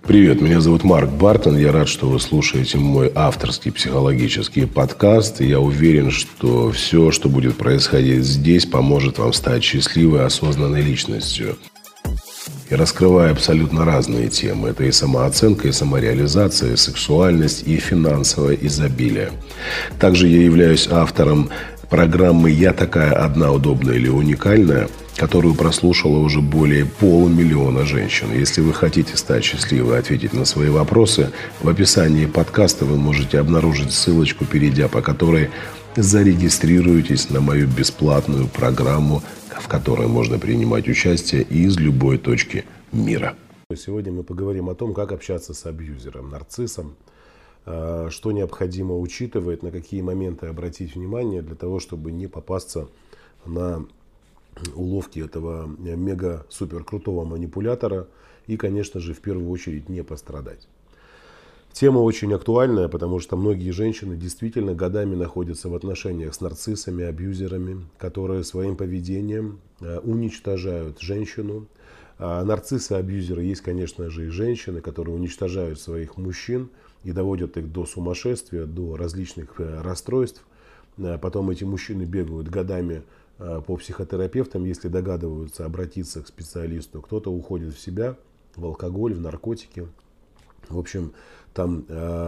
Привет, меня зовут Марк Бартон. Я рад, что вы слушаете мой авторский психологический подкаст. И я уверен, что все, что будет происходить здесь, поможет вам стать счастливой, осознанной личностью. Я раскрываю абсолютно разные темы. Это и самооценка, и самореализация, и сексуальность, и финансовое изобилие. Также я являюсь автором программы «Я такая одна, удобная или уникальная», которую прослушало уже более 500 000 женщин. Если вы хотите стать счастливой и ответить на свои вопросы, в описании подкаста вы можете обнаружить ссылочку, перейдя по которой зарегистрируетесь на мою бесплатную программу, в которой можно принимать участие из любой точки мира. Сегодня мы поговорим о том, как общаться с абьюзером, нарциссом, что необходимо учитывать, на какие моменты обратить внимание для того, чтобы не попасться на уловки этого мега-супер крутого манипулятора и, конечно же, в первую очередь не пострадать. Тема очень актуальная, потому что многие женщины действительно годами находятся в отношениях с нарциссами, абьюзерами, которые своим поведением уничтожают женщину. Нарциссы, абьюзеры есть, конечно же, и женщины, которые уничтожают своих мужчин и доводят их до сумасшествия, до различных расстройств. Потом эти мужчины бегают годами по психотерапевтам, если догадываются обратиться к специалисту. Кто-то уходит в себя, в алкоголь, в наркотики. В общем, там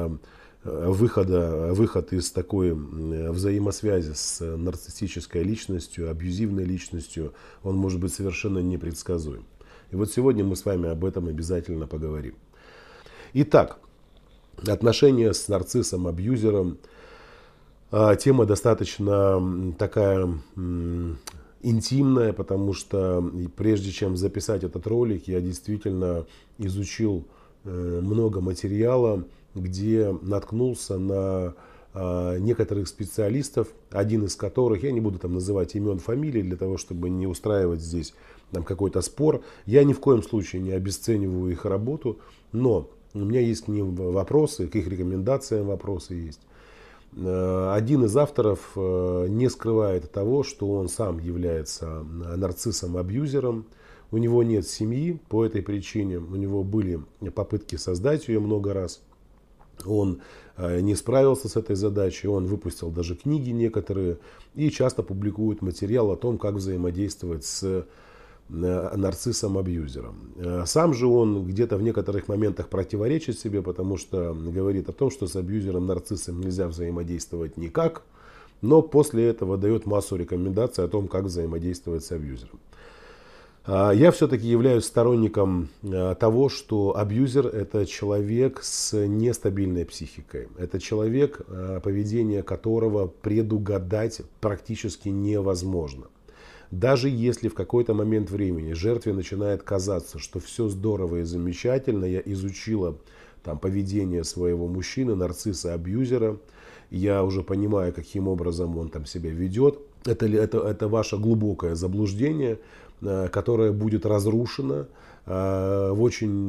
выход из такой взаимосвязи с нарциссической личностью, абьюзивной личностью, он может быть совершенно непредсказуем. И вот сегодня мы с вами об этом обязательно поговорим. Итак, отношения с нарциссом, абьюзером. Тема достаточно такая интимная, потому что прежде чем записать этот ролик, я действительно изучил много материала, где наткнулся на некоторых специалистов, один из которых, я не буду там называть имен, фамилий, для того, чтобы не устраивать здесь там какой-то спор. Я ни в коем случае не обесцениваю их работу, но у меня есть к ним вопросы, к их рекомендациям вопросы есть. Один из авторов не скрывает того, что он сам является нарциссом-абьюзером. У него нет семьи по этой причине. У него были попытки создать ее много раз. Он не справился с этой задачей. Он выпустил даже книги некоторые и часто публикует материал о том, как взаимодействовать с нарциссом-абьюзером. Сам же он где-то в некоторых моментах противоречит себе, потому что говорит о том, что с абьюзером-нарциссом нельзя взаимодействовать никак, но после этого дает массу рекомендаций о том, как взаимодействовать с абьюзером. Я все-таки являюсь сторонником того, что абьюзер – это человек с нестабильной психикой. Это человек, поведение которого предугадать практически невозможно. Даже если в какой-то момент времени жертве начинает казаться, что все здорово и замечательно, я изучила там поведение своего мужчины, нарцисса, абьюзера, я уже понимаю, каким образом он там себя ведет. Это ваше глубокое заблуждение, которое будет разрушено в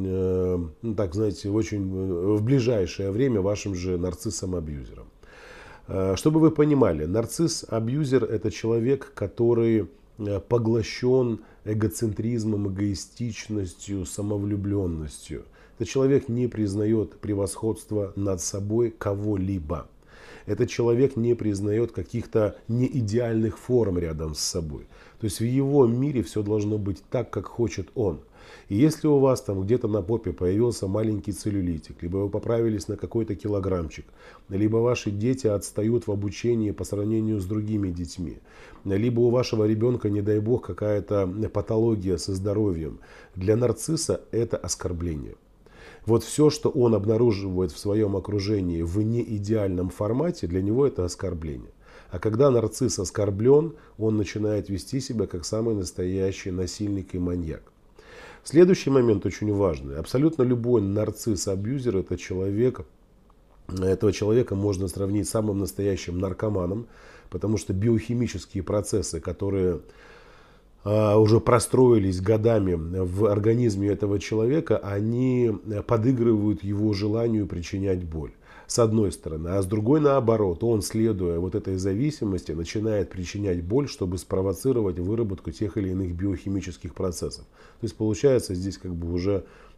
ближайшее время вашим же нарциссом-абьюзером. Чтобы вы понимали, нарцисс-абьюзер – это человек, который поглощен эгоцентризмом, эгоистичностью, самовлюбленностью. Этот человек не признает превосходства над собой кого-либо. Этот человек не признает каких-то неидеальных форм рядом с собой. То есть в его мире все должно быть так, как хочет он. И если у вас там где-то на попе появился маленький целлюлитик, либо вы поправились на какой-то килограммчик, либо ваши дети отстают в обучении по сравнению с другими детьми, либо у вашего ребенка, не дай бог, какая-то патология со здоровьем, для нарцисса это оскорбление. Вот все, что он обнаруживает в своем окружении в неидеальном формате, для него это оскорбление. А когда нарцисс оскорблен, он начинает вести себя как самый настоящий насильник и маньяк. Следующий момент очень важный. Абсолютно любой нарцисс-абьюзер – это человек, этого человека можно сравнить с самым настоящим наркоманом, потому что биохимические процессы, которые уже простроились годами в организме этого человека, они подыгрывают его желанию причинять боль. С одной стороны. А с другой наоборот. Он, следуя вот этой зависимости, начинает причинять боль, чтобы спровоцировать выработку тех или иных биохимических процессов. То есть получается здесь как бы уже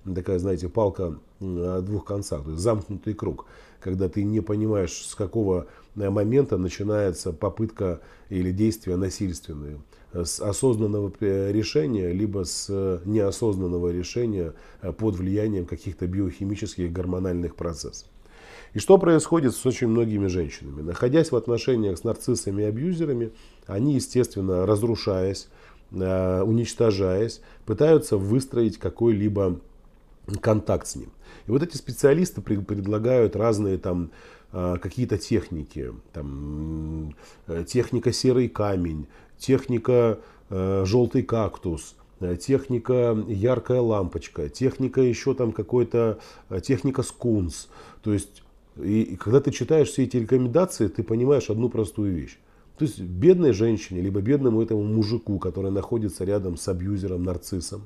такая, знаете, палка о двух концах, то есть замкнутый круг, когда ты не понимаешь, с какого момента начинается попытка или действие насильственное. С осознанного решения, либо с неосознанного решения под влиянием каких-то биохимических гормональных процессов. И что происходит с очень многими женщинами? Находясь в отношениях с нарциссами и абьюзерами, они, естественно, разрушаясь, уничтожаясь, пытаются выстроить какой-либо контакт с ним. И вот эти специалисты предлагают разные там какие-то техники, там, техника серый камень, техника желтый кактус, техника яркая лампочка, техника еще там какой-то, техника скунс. То есть, и когда ты читаешь все эти рекомендации, ты понимаешь одну простую вещь. То есть бедной женщине, либо бедному этому мужику, который находится рядом с абьюзером, нарциссом,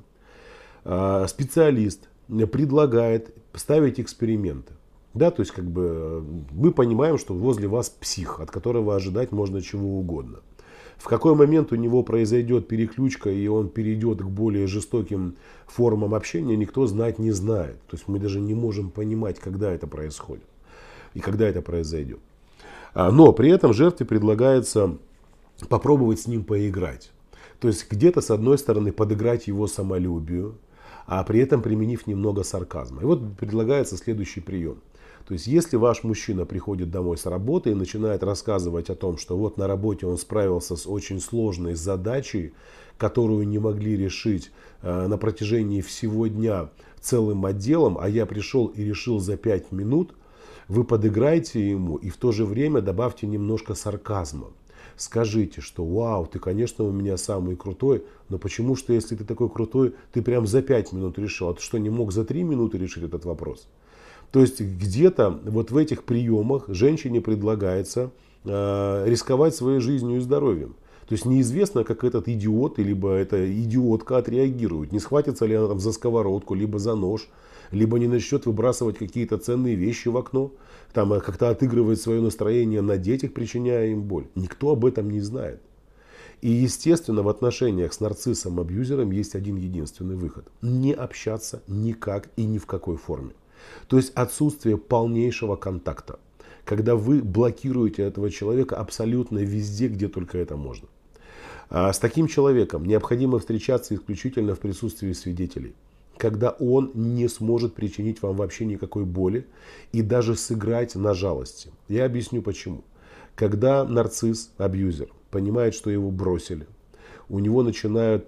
специалист предлагает ставить эксперименты. Да, то есть как бы мы понимаем, что возле вас псих, от которого ожидать можно чего угодно. В какой момент у него произойдет переключка и он перейдет к более жестоким формам общения, никто знать не знает. То есть мы даже не можем понимать, когда это происходит и когда это произойдет. Но при этом жертве предлагается попробовать с ним поиграть. То есть где-то с одной стороны подыграть его самолюбию, а при этом применив немного сарказма. И вот предлагается следующий прием. То есть если ваш мужчина приходит домой с работы и начинает рассказывать о том, что вот на работе он справился с очень сложной задачей, которую не могли решить на протяжении всего дня целым отделом, а я пришел и решил за 5 минут, вы подыграете ему и в то же время добавьте немножко сарказма. Скажите, что вау, ты, конечно, у меня самый крутой, но почему что, если ты такой крутой, ты прям за 5 минут решил, а ты что, не мог за 3 минуты решить этот вопрос? То есть где-то вот в этих приемах женщине предлагается рисковать своей жизнью и здоровьем. То есть неизвестно, как этот идиот, либо эта идиотка отреагирует. Не схватится ли она там за сковородку, либо за нож, либо не начнет выбрасывать какие-то ценные вещи в окно, там как-то отыгрывает свое настроение на детях, причиняя им боль. Никто об этом не знает. И, естественно, в отношениях с нарциссом-абьюзером есть один единственный выход. Не общаться никак и ни в какой форме. То есть отсутствие полнейшего контакта. Когда вы блокируете этого человека абсолютно везде, где только это можно. А с таким человеком необходимо встречаться исключительно в присутствии свидетелей. Когда он не сможет причинить вам вообще никакой боли и даже сыграть на жалости. Я объясню почему. Когда нарцисс, абьюзер, понимает, что его бросили, его начинает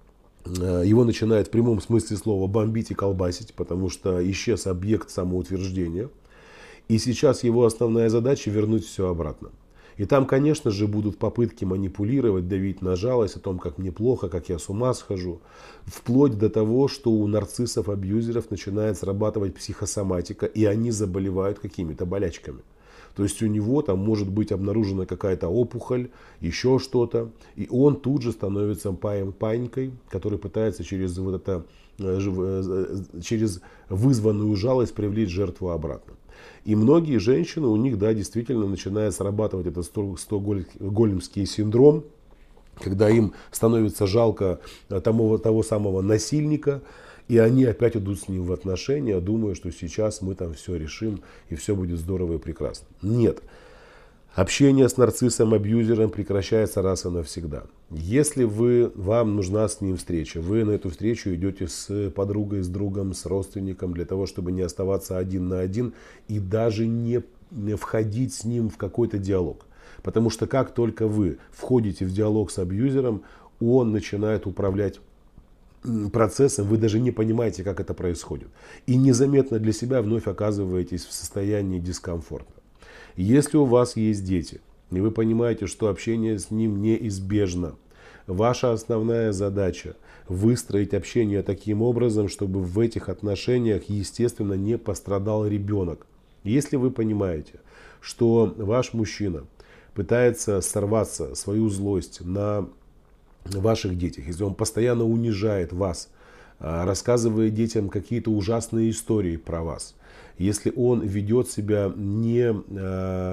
в прямом смысле слова бомбить и колбасить, потому что исчез объект самоутверждения. И сейчас его основная задача вернуть все обратно. И там, конечно же, будут попытки манипулировать, давить на жалость о том, как мне плохо, как я с ума схожу. Вплоть до того, что у нарциссов, абьюзеров начинает срабатывать психосоматика, и они заболевают какими-то болячками. То есть у него там может быть обнаружена какая-то опухоль, еще что-то. И он тут же становится паинькой, который пытается через вызванную жалость привлечь жертву обратно. И многие женщины, у них, да, действительно начинает срабатывать этот стокгольмский синдром, когда им становится жалко того самого насильника, и они опять идут с ним в отношения, думая, что сейчас мы там все решим, и все будет здорово и прекрасно. Нет. Общение с нарциссом-абьюзером прекращается раз и навсегда. Если вам нужна с ним встреча, вы на эту встречу идете с подругой, с другом, с родственником, для того, чтобы не оставаться один на один и даже не входить с ним в какой-то диалог. Потому что как только вы входите в диалог с абьюзером, он начинает управлять процессом, вы даже не понимаете, как это происходит. И незаметно для себя вновь оказываетесь в состоянии дискомфорта. Если у вас есть дети, и вы понимаете, что общение с ним неизбежно, ваша основная задача выстроить общение таким образом, чтобы в этих отношениях, естественно, не пострадал ребенок. Если вы понимаете, что ваш мужчина пытается сорваться свою злость на ваших детях, если он постоянно унижает вас, рассказывая детям какие-то ужасные истории про вас, если он ведет себя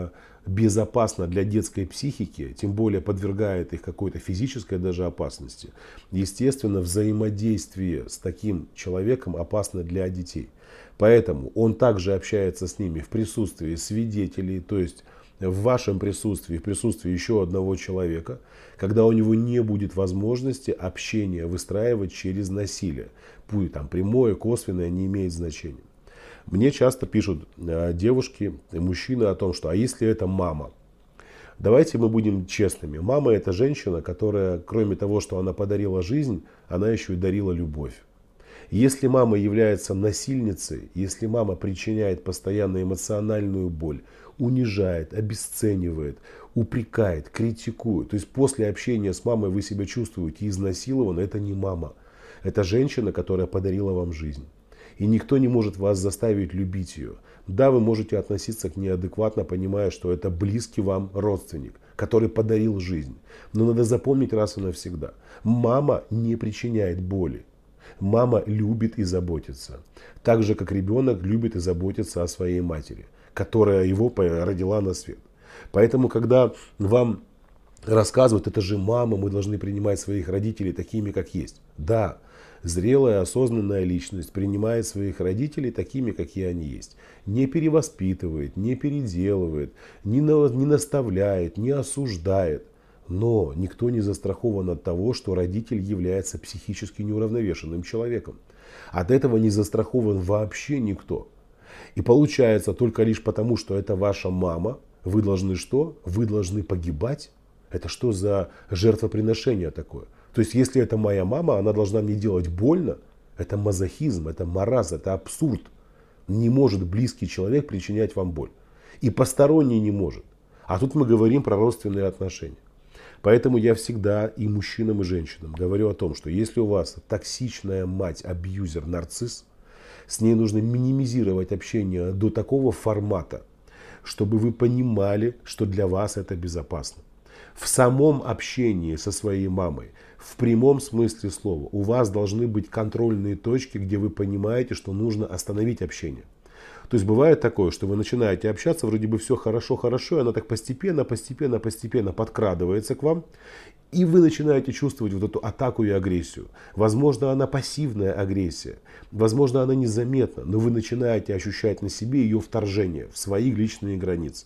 безопасно для детской психики, тем более подвергает их какой-то физической даже опасности, естественно, взаимодействие с таким человеком опасно для детей. Поэтому он также общается с ними в присутствии свидетелей, то есть в вашем присутствии, в присутствии еще одного человека, когда у него не будет возможности общения выстраивать через насилие. Пусть там прямое, косвенное, не имеет значения. Мне часто пишут девушки и мужчины о том, что а если это мама? Давайте мы будем честными. Мама — это женщина, которая, кроме того, что она подарила жизнь, она еще и дарила любовь. Если мама является насильницей, если мама причиняет постоянно эмоциональную боль, унижает, обесценивает, упрекает, критикует, то есть после общения с мамой вы себя чувствуете изнасилованно, это не мама. Это женщина, которая подарила вам жизнь. И никто не может вас заставить любить ее. Да, вы можете относиться к ней адекватно, понимая, что это близкий вам родственник, который подарил жизнь. Но надо запомнить раз и навсегда. Мама не причиняет боли. Мама любит и заботится. Так же, как ребенок любит и заботится о своей матери, которая его родила на свет. Поэтому, когда вам рассказывают, это же мама, мы должны принимать своих родителей такими, как есть. Да, зрелая, осознанная личность принимает своих родителей такими, какие они есть. Не перевоспитывает, не переделывает, не наставляет, не осуждает. Но никто не застрахован от того, что родитель является психически неуравновешенным человеком. От этого не застрахован вообще никто. И получается, только лишь потому, что это ваша мама, вы должны что? Вы должны погибать? Это что за жертвоприношение такое? То есть, если это моя мама, она должна мне делать больно? Это мазохизм, это маразм, это абсурд. Не может близкий человек причинять вам боль. И посторонний не может. А тут мы говорим про родственные отношения. Поэтому я всегда и мужчинам, и женщинам говорю о том, что если у вас токсичная мать, абьюзер, нарцисс, с ней нужно минимизировать общение до такого формата, чтобы вы понимали, что для вас это безопасно. В самом общении со своей мамой, в прямом смысле слова, у вас должны быть контрольные точки, где вы понимаете, что нужно остановить общение. То есть бывает такое, что вы начинаете общаться, вроде бы все хорошо, и она так постепенно подкрадывается к вам, и вы начинаете чувствовать вот эту атаку и агрессию. Возможно, она пассивная агрессия, возможно, она незаметна, но вы начинаете ощущать на себе ее вторжение в свои личные границы.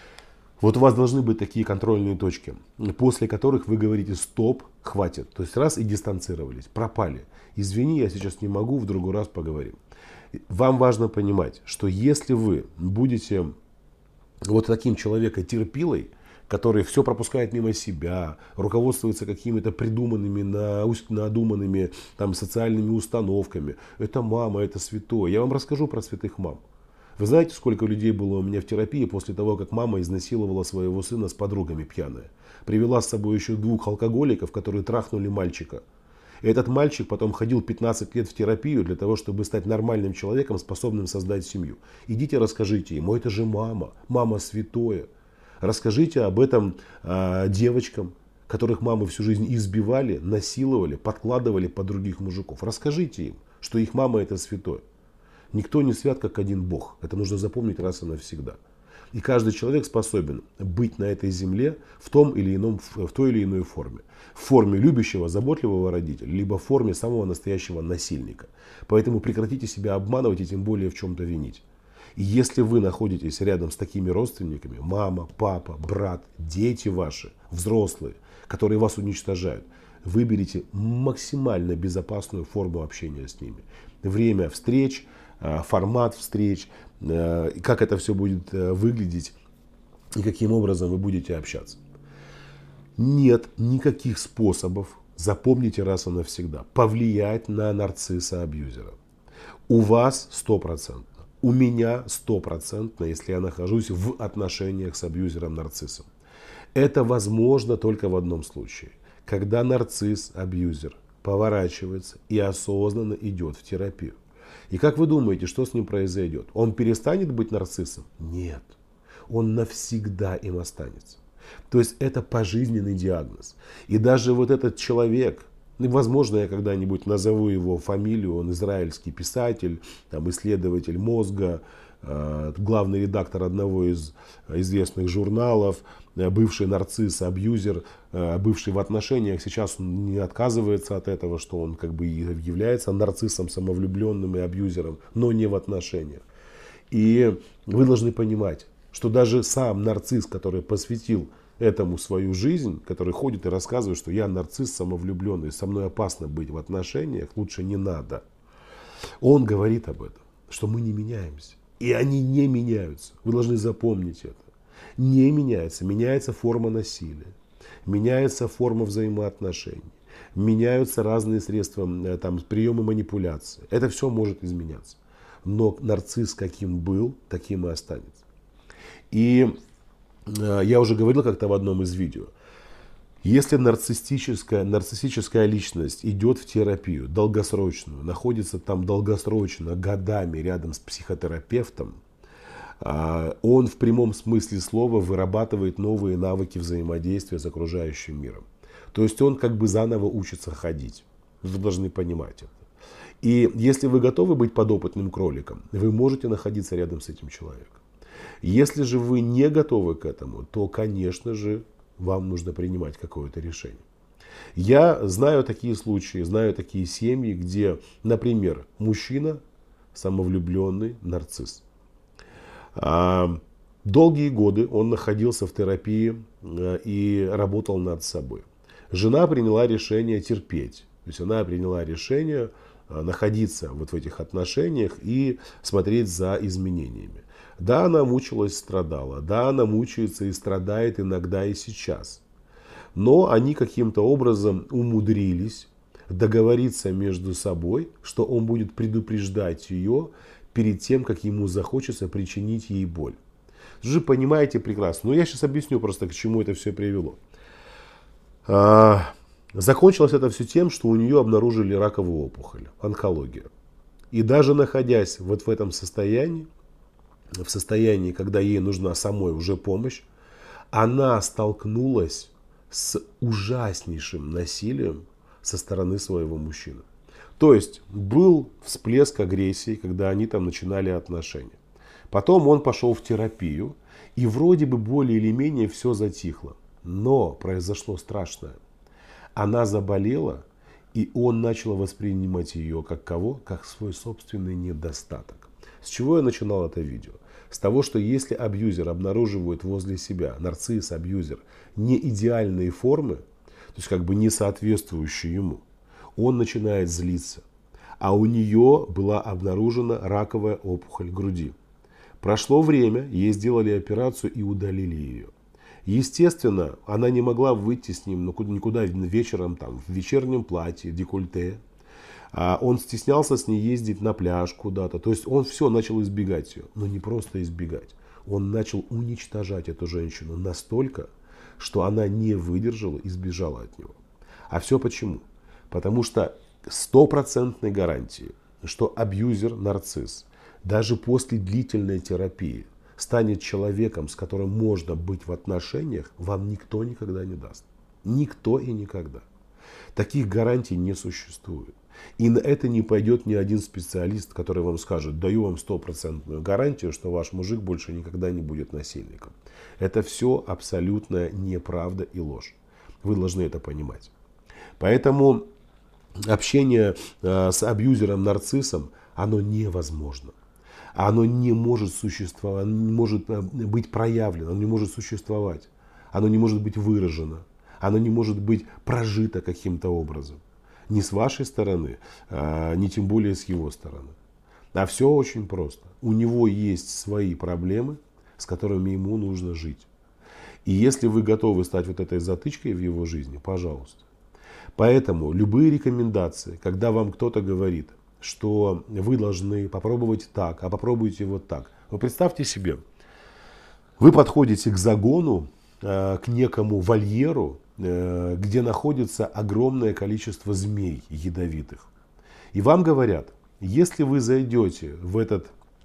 Вот у вас должны быть такие контрольные точки, после которых вы говорите «стоп, хватит». То есть раз и дистанцировались, пропали. Извини, я сейчас не могу, в другой раз поговорим. Вам важно понимать, что если вы будете вот таким человеком терпилой, который все пропускает мимо себя, руководствуется какими-то придуманными, надуманными там, социальными установками, это мама, это святое. Я вам расскажу про святых мам. Вы знаете, сколько людей было у меня в терапии после того, как мама изнасиловала своего сына с подругами пьяная? Привела с собой еще 2 алкоголиков, которые трахнули мальчика. И этот мальчик потом ходил 15 лет в терапию для того, чтобы стать нормальным человеком, способным создать семью. Идите расскажите ему, это же мама, мама святое. Расскажите об этом девочкам, которых мамы всю жизнь избивали, насиловали, подкладывали под других мужиков. Расскажите им, что их мама это святое. Никто не свят, как один Бог. Это нужно запомнить раз и навсегда. И каждый человек способен быть на этой земле в той или иной форме. В форме любящего, заботливого родителя, либо в форме самого настоящего насильника. Поэтому прекратите себя обманывать и тем более в чем-то винить. И если вы находитесь рядом с такими родственниками, мама, папа, брат, дети ваши, взрослые, которые вас уничтожают, выберите максимально безопасную форму общения с ними. Время встреч, формат встреч, как это все будет выглядеть и каким образом вы будете общаться. Нет никаких способов, запомните раз и навсегда, повлиять на нарцисса-абьюзера. У вас 100%, у меня 100%, если я нахожусь в отношениях с абьюзером-нарциссом. Это возможно только в одном случае, когда нарцисс-абьюзер поворачивается и осознанно идет в терапию. И как вы думаете, что с ним произойдет? Он перестанет быть нарциссом? Нет. Он навсегда им останется. То есть это пожизненный диагноз. И даже вот этот человек, возможно, я когда-нибудь назову его фамилию, он израильский писатель, там, исследователь мозга, главный редактор одного из известных журналов, бывший нарцисс, абьюзер, бывший в отношениях, сейчас он не отказывается от этого, что он как бы является нарциссом, самовлюбленным и абьюзером, но не в отношениях. И вы должны понимать, что даже сам нарцисс, который посвятил этому свою жизнь, который ходит и рассказывает, что я нарцисс самовлюбленный, со мной опасно быть в отношениях, лучше не надо. Он говорит об этом, что мы не меняемся. И они не меняются. Вы должны запомнить это. Не меняется. Меняется форма насилия. Меняется форма взаимоотношений. Меняются разные средства, там, приемы манипуляции. Это все может изменяться. Но нарцисс каким был, таким и останется. И я уже говорил как-то в одном из видео. Если нарциссическая личность идет в терапию долгосрочную, находится там долгосрочно, годами рядом с психотерапевтом, он в прямом смысле слова вырабатывает новые навыки взаимодействия с окружающим миром. То есть он как бы заново учится ходить. Вы должны понимать это. И если вы готовы быть подопытным кроликом, вы можете находиться рядом с этим человеком. Если же вы не готовы к этому, то, конечно же, вам нужно принимать какое-то решение. Я знаю такие случаи, знаю такие семьи, где, например, мужчина самовлюбленный нарцисс. Долгие годы он находился в терапии и работал над собой. Жена приняла решение терпеть. То есть она приняла решение находиться вот в этих отношениях и смотреть за изменениями. Да, она мучилась, страдала. Да, она мучается и страдает иногда и сейчас. Но они каким-то образом умудрились договориться между собой, что он будет предупреждать ее перед тем, как ему захочется причинить ей боль. Вы же понимаете прекрасно. Но я сейчас объясню просто, к чему это все привело. Закончилось это все тем, что у нее обнаружили раковую опухоль, онкология. И даже находясь вот в этом состоянии, в состоянии, когда ей нужна самой уже помощь, она столкнулась с ужаснейшим насилием со стороны своего мужчины. То есть был всплеск агрессии, когда они там начинали отношения. Потом он пошел в терапию, и вроде бы более или менее все затихло. Но произошло страшное. Она заболела, и он начал воспринимать ее как кого? Как свой собственный недостаток. С чего я начинал это видео? С того, что если абьюзер обнаруживает возле себя, нарцисс, абьюзер, не идеальные формы, то есть как бы не соответствующие ему, он начинает злиться. А у нее была обнаружена раковая опухоль груди. Прошло время, ей сделали операцию и удалили ее. Естественно, она не могла выйти с ним никуда вечером, там, в вечернем платье, декольте. Он стеснялся с ней ездить на пляж куда-то. То есть он все начал избегать ее. Но не просто избегать. Он начал уничтожать эту женщину настолько, что она не выдержала и сбежала от него. А все почему? Потому что 100% гарантии, что абьюзер, нарцисс, даже после длительной терапии станет человеком, с которым можно быть в отношениях, вам никто никогда не даст. Никто и никогда. Таких гарантий не существует. И на это не пойдет ни один специалист, который вам скажет: даю вам 100% гарантию, что ваш мужик больше никогда не будет насильником. Это все абсолютная неправда и ложь. Вы должны это понимать. Поэтому общение с абьюзером-нарциссом, оно невозможно. Оно не может существовать, оно не может быть проявлено, оно не может существовать. Оно не может быть выражено. Оно не может быть прожито каким-то образом. Ни с вашей стороны, ни тем более с его стороны. А все очень просто. У него есть свои проблемы, с которыми ему нужно жить. И если вы готовы стать вот этой затычкой в его жизни, пожалуйста. Поэтому любые рекомендации, когда вам кто-то говорит, что вы должны попробовать так, а попробуйте вот так. Вы представьте себе, вы подходите к загону, к некому вольеру, где находится огромное количество змей ядовитых. И вам говорят, если вы зайдете в этот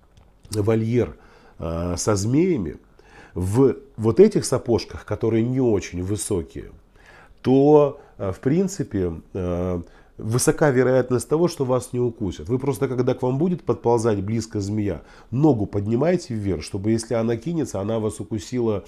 вольер со змеями, в вот этих сапожках, которые не очень высокие, то, в принципе, высока вероятность того, что вас не укусят. Вы просто, когда к вам будет подползать близко змея, ногу поднимайте вверх, чтобы если она кинется, она вас укусила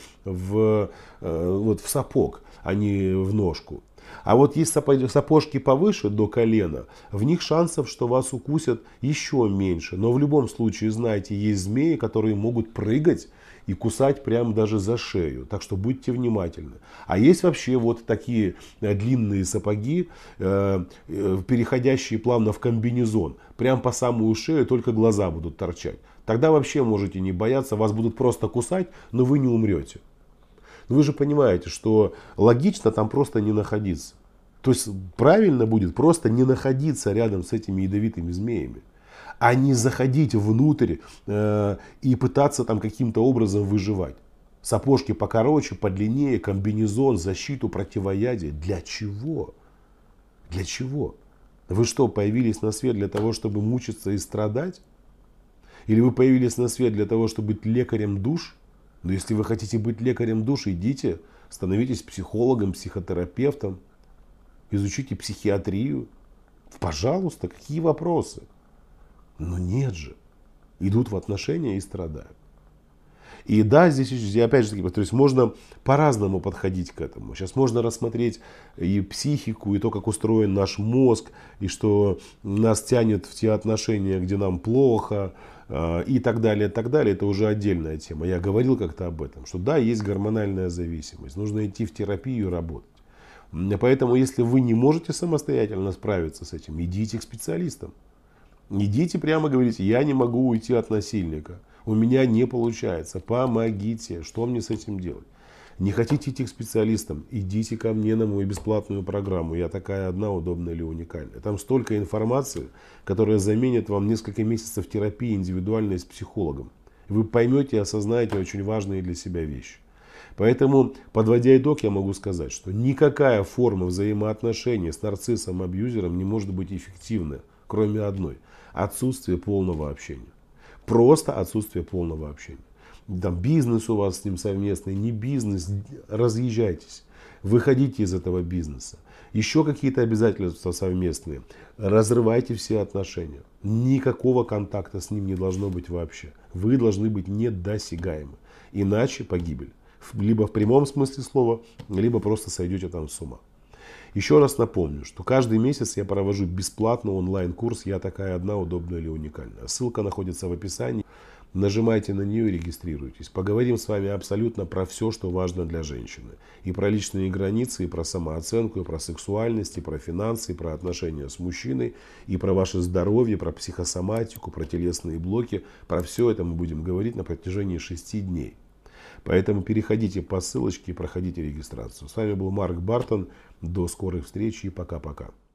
вот в сапог, а не в ножку. А вот есть сапожки повыше, до колена, в них шансов, что вас укусят, еще меньше. Но в любом случае, знайте, есть змеи, которые могут прыгать и кусать прямо даже за шею. Так что будьте внимательны. А есть вообще вот такие длинные сапоги, переходящие плавно в комбинезон. Прям по самую шею, только глаза будут торчать. Тогда вообще можете не бояться, вас будут просто кусать, но вы не умрете. Вы же понимаете, что логично там просто не находиться. То есть правильно будет просто не находиться рядом с этими ядовитыми змеями, а не заходить внутрь и пытаться там каким-то образом выживать. Сапожки покороче, подлиннее, комбинезон, защиту, противоядие. Для чего? Для чего? Вы что, появились на свет для того, чтобы мучиться и страдать? Или вы появились на свет для того, чтобы быть лекарем душ? Но если вы хотите быть лекарем душ, идите, становитесь психологом, психотерапевтом, изучите психиатрию. Пожалуйста, какие вопросы? Но нет же. Идут в отношения и страдают. И да, здесь опять же таки, то есть можно по-разному подходить к этому. Сейчас можно рассмотреть и психику, и то, как устроен наш мозг, и что нас тянет в те отношения, где нам плохо, и так далее, и так далее. Это уже отдельная тема. Я говорил как-то об этом, что да, есть гормональная зависимость. Нужно идти в терапию и работать. Поэтому, если вы не можете самостоятельно справиться с этим, идите к специалистам. Идите прямо говорите, я не могу уйти от насильника. У меня не получается. Помогите. Что мне с этим делать? Не хотите идти к специалистам? Идите ко мне на мою бесплатную программу. Я такая одна, удобная или уникальная. Там столько информации, которая заменит вам несколько месяцев терапии индивидуальной с психологом. Вы поймете и осознаете очень важные для себя вещи. Поэтому, подводя итог, я могу сказать, что никакая форма взаимоотношений с нарциссом-абьюзером не может быть эффективной, кроме одной. Отсутствие полного общения. Просто отсутствие полного общения. Там бизнес у вас с ним совместный, не бизнес, разъезжайтесь. Выходите из этого бизнеса. Еще какие-то обязательства совместные. Разрывайте все отношения. Никакого контакта с ним не должно быть вообще. Вы должны быть недосягаемы. Иначе погибель. Либо в прямом смысле слова, либо просто сойдете там с ума. Еще раз напомню, что каждый месяц я провожу бесплатно онлайн-курс «Я такая одна, удобная или уникальная». Ссылка находится в описании. Нажимайте на нее и регистрируйтесь. Поговорим с вами абсолютно про все, что важно для женщины. И про личные границы, и про самооценку, и про сексуальность, и про финансы, и про отношения с мужчиной, и про ваше здоровье, про психосоматику, про телесные блоки. Про все это мы будем говорить на протяжении 6 дней. Поэтому переходите по ссылочке и проходите регистрацию. С вами был Марк Бартон. До скорых встреч и пока-пока.